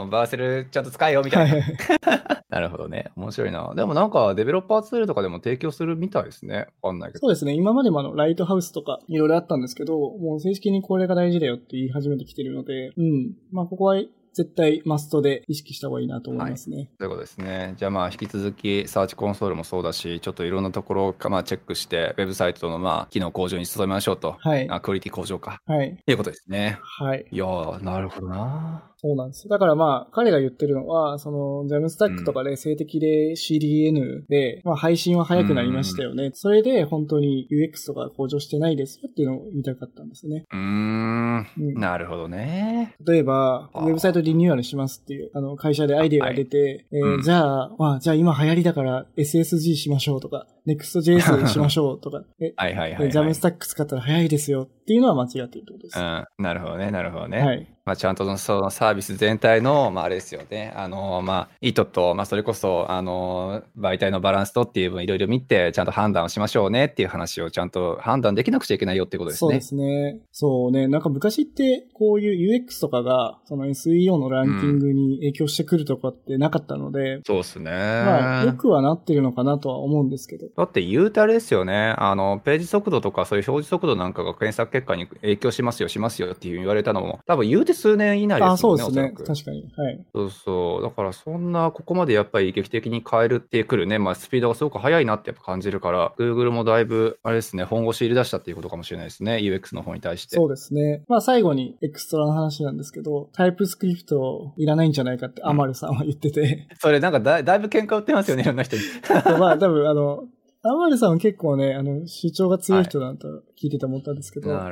バーセルちゃんと使えよ、みたいな。なるほどね。面白いな。でもなんか、デベロッパーツールとかでも提供するみたいですね。わかんないけど。 そうですね。今までもライトハウスとかいろいろあったんですけど、もう正式にこれが大事だよって言い始めてきてるので、まあここは絶対マストで意識した方がいいなと思いますね。 ということですね。じゃあまあ引き続きサーチコンソールもそうだし、ちょっといろんなところをまあチェックして、ウェブサイトのまあ機能向上に努めましょうと。はい。クオリティ向上か。はい。ということですね。 はい。 いやー、なるほどな。 そうなんです。だからまあ、彼が言ってるのは、その、ジャムスタックとかで静的で CDN で、まあ配信は早くなりましたよね。それで本当に UX とか向上してないですよっていうのを言いたかったんですね。 なるほどね。 例えば、ウェブサイトリニューアルしますっていう、会社でアイデアが出て、じゃあ今流行りだから SSG しましょうとか、Next.js しましょうとか、ジャムスタック使ったら早いですよっていうのは間違っているってことです。 なるほどね、なるほどね。はい。まあ、ちゃんとそのサービス全体の、まあ、あれですよね。まあ、意図と、まあ、それこそ、媒体のバランスとっていう分いろいろ見て、ちゃんと判断をしましょうねっていう話をちゃんと判断できなくちゃいけないよってことですね。 そうですね。そうね。なんか昔って、こういう UX とかが、その SEO のランキングに影響してくるとかってなかったので、 そうですね。 まあ、よくはなってるのかなとは思うんですけど。 だって言うてあれですよね。ページ速度とかそういう表示速度なんかが検索結果に影響しますよっていう言われたのも、多分言うて数年以内ですよね。 そうですね。確かに。はい。 そう。だからそんな、ここまでやっぱり劇的に変えるってくるね。まあスピードがすごく速いなってやっぱ感じるから、Google もだいぶ、あれですね、本腰入れ出したっていうことかもしれないですね。UX の方に対して。 そうですね。まあ最後にエクストラの話なんですけど、タイプスクリプトいらないんじゃないかってアマルさんは言ってて。 それなんかだいぶ喧嘩売ってますよね、いろんな人に。 まあ多分アマルさんは結構ね、主張が強い人だと聞いてて思ったんですけど、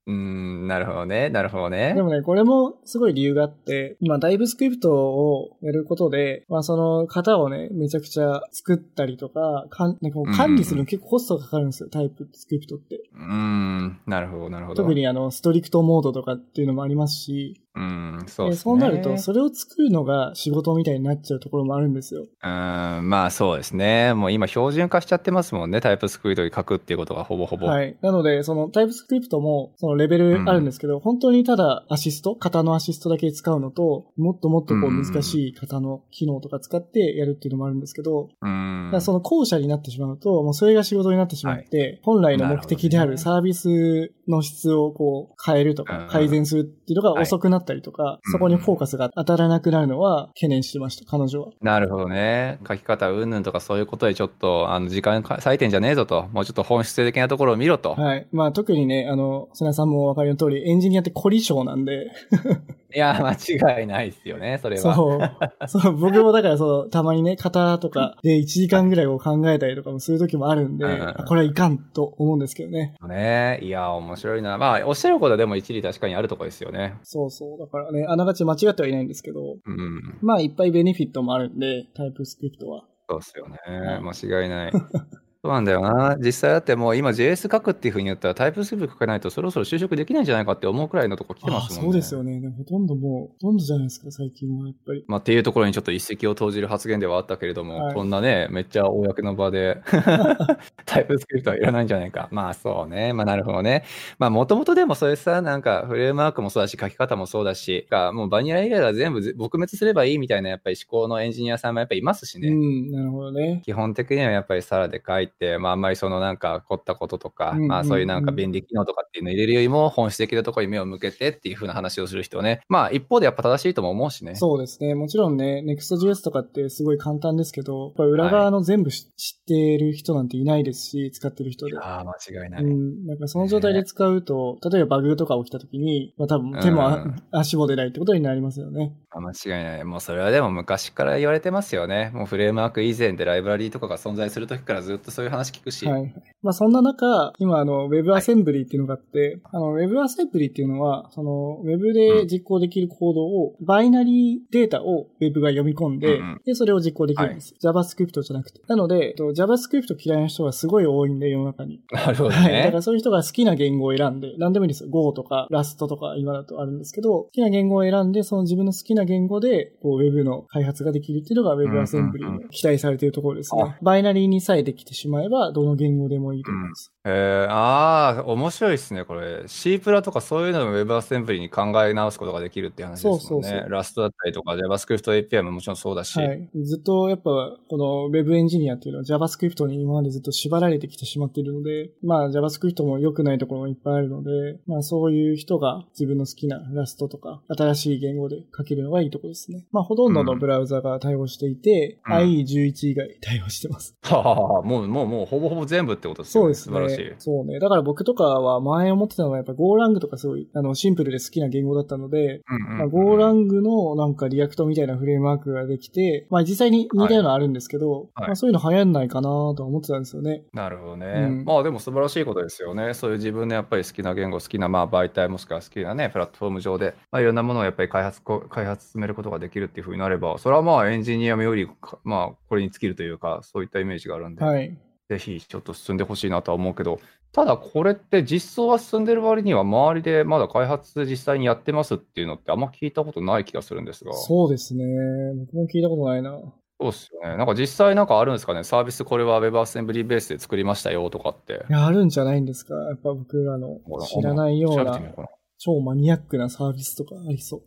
なるほどね。なるほどね。 でもね、これもすごい理由があって、タイプスクリプトをやることで、その型をね、めちゃくちゃ作ったりとか、なんか管理するの結構コストがかかるんですよ、タイプスクリプトって。 なるほど、なるほど。 特にストリクトモードとかっていうのもありますし、 そうですね。 そうなると、それを作るのが仕事みたいになっちゃうところもあるんですよ。 まあそうですね。もう今標準化しちゃってますもんね。タイプスクリプトに書くっていうことがほぼほぼ。 はい。なので、そのタイプスクリプトも、そのレベルあるんですけど、本当にただ型のアシストだけ使うのと、もっともっとこう難しい型の機能とか使ってやるっていうのもあるんですけど、その後者になってしまうと、もうそれが仕事になってしまって、本来の目的であるサービスの質をこう変えるとか、改善するっていうのが遅くなったりとか、そこにフォーカスが当たらなくなるのは懸念してました、彼女は。 なるほどね。書き方うんぬんとかそういうことでちょっと、時間割いてんじゃねえぞと。もうちょっと本質的なところを見ろと。 はい。特にね、瀬名さんもお分かりの通り、エンジニアって凝り性なんで。 いや、間違いないですよね、それは。 そう、僕もだからたまにね、型とかで1時間ぐらいを考えたりとかもするときもあるんで、これはいかんと思うんですけどね。 いや、面白いな。まあ、おっしゃることはでも一理確かにあるところですよね。 そう。だからね、あながち間違ってはいないんですけど、いっぱいベネフィットもあるんで、タイプスクリプトは。 そうですよね。間違いない。そうなんだよな。実際だってもう今 JS 書くっていう風に言ったらタイプスクリプト書かないとそろそろ就職できないんじゃないかって思うくらいのとこ来てますもんね。 そうですよね。でもほとんどじゃないですか、最近はやっぱり。 っていうところにちょっと一石を投じる発言ではあったけれども、こんなね、めっちゃ公の場でタイプスクリプトはいらないんじゃないか。まあそうね。なるほどね。もともとでもそういうさ、なんかフレームワークもそうだし、書き方もそうだし、もうバニラ以外は全部撲滅すればいいみたいなやっぱり思考のエンジニアさんもやっぱりいますしね。 なるほどね。 基本的にはやっぱりサラで書いて、あんまりそのなんか凝ったこととか、そういうなんか便利機能とかっていうのを入れるよりも本質的なところに目を向けてっていう風な話をする人ね。一方でやっぱ正しいとも思うしね。 そうですね。もちろんね、Next.js とかってすごい簡単ですけど、やっぱ裏側の全部知ってる人なんていないですし、使ってる人で。 間違いない。 なんかその状態で使うと、例えばバグとか起きた時に、多分手も足も出ないってことになりますよね。 間違いない。もうそれはでも昔から言われてますよね。もうフレームワーク以前でライブラリーとかが存在する時からずっとそういう話聞くし。 はい。そんな中、今WebAssembly っていうのがあって、WebAssembly っていうのは、Web で実行できるコードを、バイナリーデータを Web が読み込んで、で、それを実行できるんです。JavaScript じゃなくて。なので、JavaScript 嫌いな人がすごい多いんで、世の中に。 なるほどね。 はい。だからそういう人が好きな言語を選んで、何でもいいですよ。Go とか Rust とか今だとあるんですけど、好きな言語を選んで、その自分の好きな言語で、Web の開発ができるっていうのが WebAssembly の期待されているところですね。バイナリーにさえできてしまえば、どの言語でもいいと思います。 面白いですね、これ。C プラとかそういうのを WebAssembly に考え直すことができるっていう話ですもんね。ラストだったりとか JavaScript API ももちろんそうだし。 はい。ずっとやっぱ、この Web エンジニアっていうのは JavaScript に今までずっと縛られてきてしまっているので、JavaScript も良くないところもいっぱいあるので、そういう人が自分の好きなラストとか新しい言語で書けるのがいいところですね。ほとんどのブラウザが対応していて、IE11 以外対応してます。 もうほぼほぼ全部ってことですよね。 そうですね。素晴らしい。そうね。だから僕とかは前思ってたのはやっぱ GoLang とかすごいシンプルで好きな言語だったので、GoLang のなんかリアクトみたいなフレームワークができて、実際に似たようなのあるんですけど、そういうの流行んないかなと思ってたんですよね。 なるほどね。でも素晴らしいことですよね。そういう自分のやっぱり好きな言語、好きな媒体もしくは好きなね、プラットフォーム上で、いろんなものをやっぱり開発進めることができるっていう風になれば、それはエンジニアより、これに尽きるというか、そういったイメージがあるんで。はい。ぜひちょっと進んでほしいなとは思うけど、ただこれって実装は進んでる割には周りでまだ開発実際にやってますっていうのってあんま聞いたことない気がするんですが。そうですね。僕も聞いたことないな。そうっすよね。なんか実際なんかあるんですかね。サービスこれは WebAssembly ベースで作りましたよとかって。いや、あるんじゃないんですか。やっぱ僕らの知らないような。超マニアックなサービスとかありそう。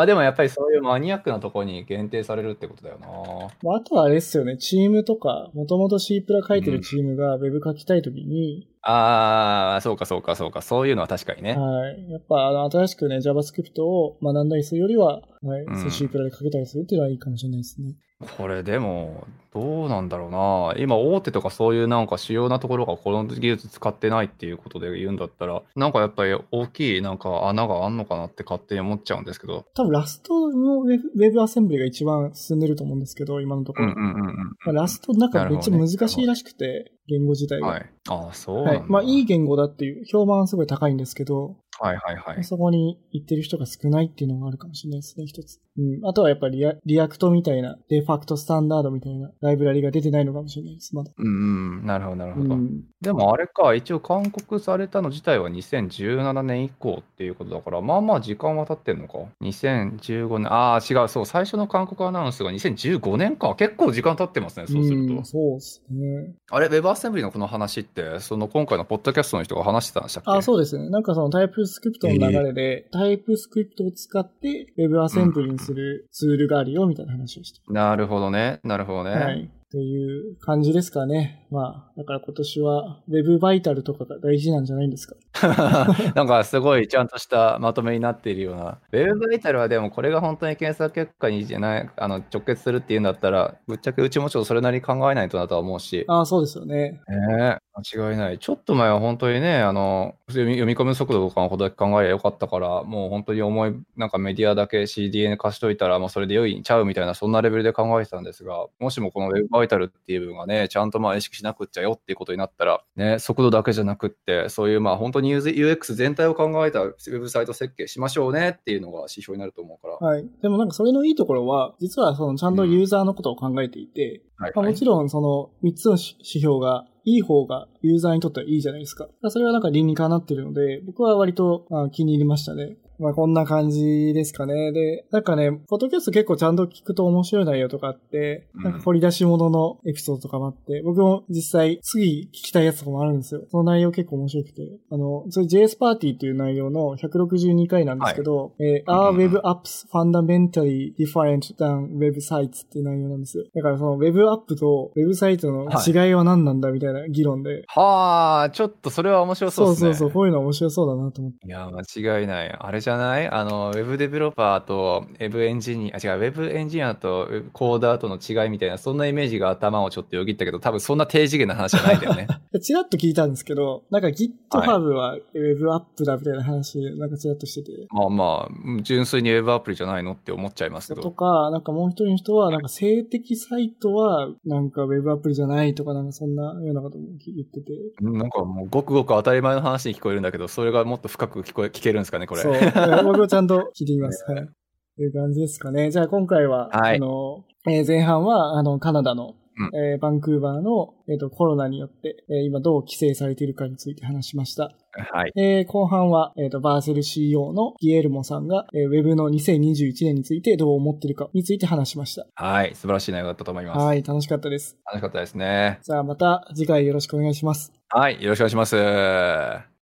でもやっぱりそういうマニアックなところに限定されるってことだよな。あとはあれですよね、チームとか、もともと C プラ書いてるチームが Web 書きたいときに、そうか。そういうのは確かにね。はい。やっぱ新しくね、JavaScript を学んだりするよりは、C プラで書けたりするっていうのはいいかもしれないですね。これでも、どうなんだろうな。今、大手とかそういうなんか主要なところがこの技術使ってないっていうことで言うんだったら、なんかやっぱり大きいなんか穴があんのかなって勝手に思っちゃうんですけど。多分ラストのWeb アセンブリが一番進んでると思うんですけど、今のところ。ラストなんかめっちゃ難しいらしくて、 言語自体が。 はい。ああ、そうなんだ。 はい。まあ、いい言語だっていう評判はすごい高いんですけど、 はいはいはい。 そこに行ってる人が少ないっていうのがあるかもしれないですね、一つ。あとはやっぱりリアクトみたいな、デファクトスタンダードみたいなライブラリが出てないのかもしれないです、まだ。 なるほどなるほど。でもあれか、一応勧告されたの自体は2017年以降っていうことだから、まあまあ時間は経ってんのか。2015年、ああ違う、そう、最初の勧告アナウンスが2015年か。結構時間経ってますね、そうすると。 そうですね。 あれ、WebAssembly のこの話って、その今回のポッドキャストの人が話してたんでしたっけ？ そうですね。なんかそのタイプスクリプトの流れで、タイプスクリプトを使って WebAssembly にするツールがあるよみたいな話をして。 なるほどね。なるほどね。 はい。っていう感じですかね。まあ、だから今年は Web バイタルとかが大事なんじゃないんですか。 なんかすごいちゃんとしたまとめになっているような。Web バイタルはでもこれが本当に検索結果にじゃない直結するっていうんだったら、ぶっちゃけうちもちょっとそれなりに考えないとなとは思うし。 そうですよね。 間違いない。ちょっと前は本当にね、読み込む速度とかのことだけ考えればよかったから、もう本当になんかメディアだけ CDN 貸しといたら、もうそれで良いんちゃうみたいな、そんなレベルで考えてたんですが、もしもこの Web バイタルっていう部分がね、ちゃんと意識しなくっちゃよっていうことになったら、ね、速度だけじゃなくって、そういう本当に UX 全体を考えたウェブサイト設計しましょうねっていうのが指標になると思うから。 はい。でもなんかそれのいいところは、実はそのちゃんとユーザーのことを考えていて、もちろんその3つの指標がいい方がユーザーにとってはいいじゃないですか。それはなんか理にかなってるので、僕は割と気に入りましたね。こんな感じですかね。で、なんかね、ポッドキャスト結構ちゃんと聞くと面白い内容とかあって、なんか掘り出し物のエピソードとかもあって、僕も実際次聞きたいやつとかもあるんですよ。その内容結構面白くて。それ JS パーティーっていう内容の162回なんですけど、Are Web Apps Fundamentally Different than Web Sites っていう内容なんですよ。だからその Web アップと Web サイトの違いは何なんだみたいな議論で。 ちょっとそれは面白そうですね。 そう、こういうの面白そうだなと思って。 いや、間違いない。あれじゃない？ウェブデベロッパーとウェブエンジニア、ウェブエンジニアとコーダーとの違いみたいな、そんなイメージが頭をちょっとよぎったけど、多分そんな低次元な話じゃないんだよね。 ちらっと聞いたんですけど、なんか GitHub は Web アップだみたいな話、なんかちらっとしてて。 純粋に Web アプリじゃないのって思っちゃいますけど。 とか、なんかもう一人の人は、なんか性的サイトは、なんか Web アプリじゃないとか、なんかそんなようなことも言ってて。 なんかもうごくごく当たり前の話に聞こえるんだけど、それがもっと深く聞けるんですかね、これ。 そう。僕はちゃんと聞いてみます。はい。という感じですかね。じゃあ今回は、前半は、カナダの、バンクーバーの、コロナによって、今どう規制されているかについて話しました。 はい。 後半は、バーセル CEO のギエルモさんが、Web の2021年についてどう思っているかについて話しました。 はい。素晴らしい内容だったと思います。 はい。楽しかったです。 楽しかったですね。 じゃあまた次回よろしくお願いします。 はい。よろしくお願いします。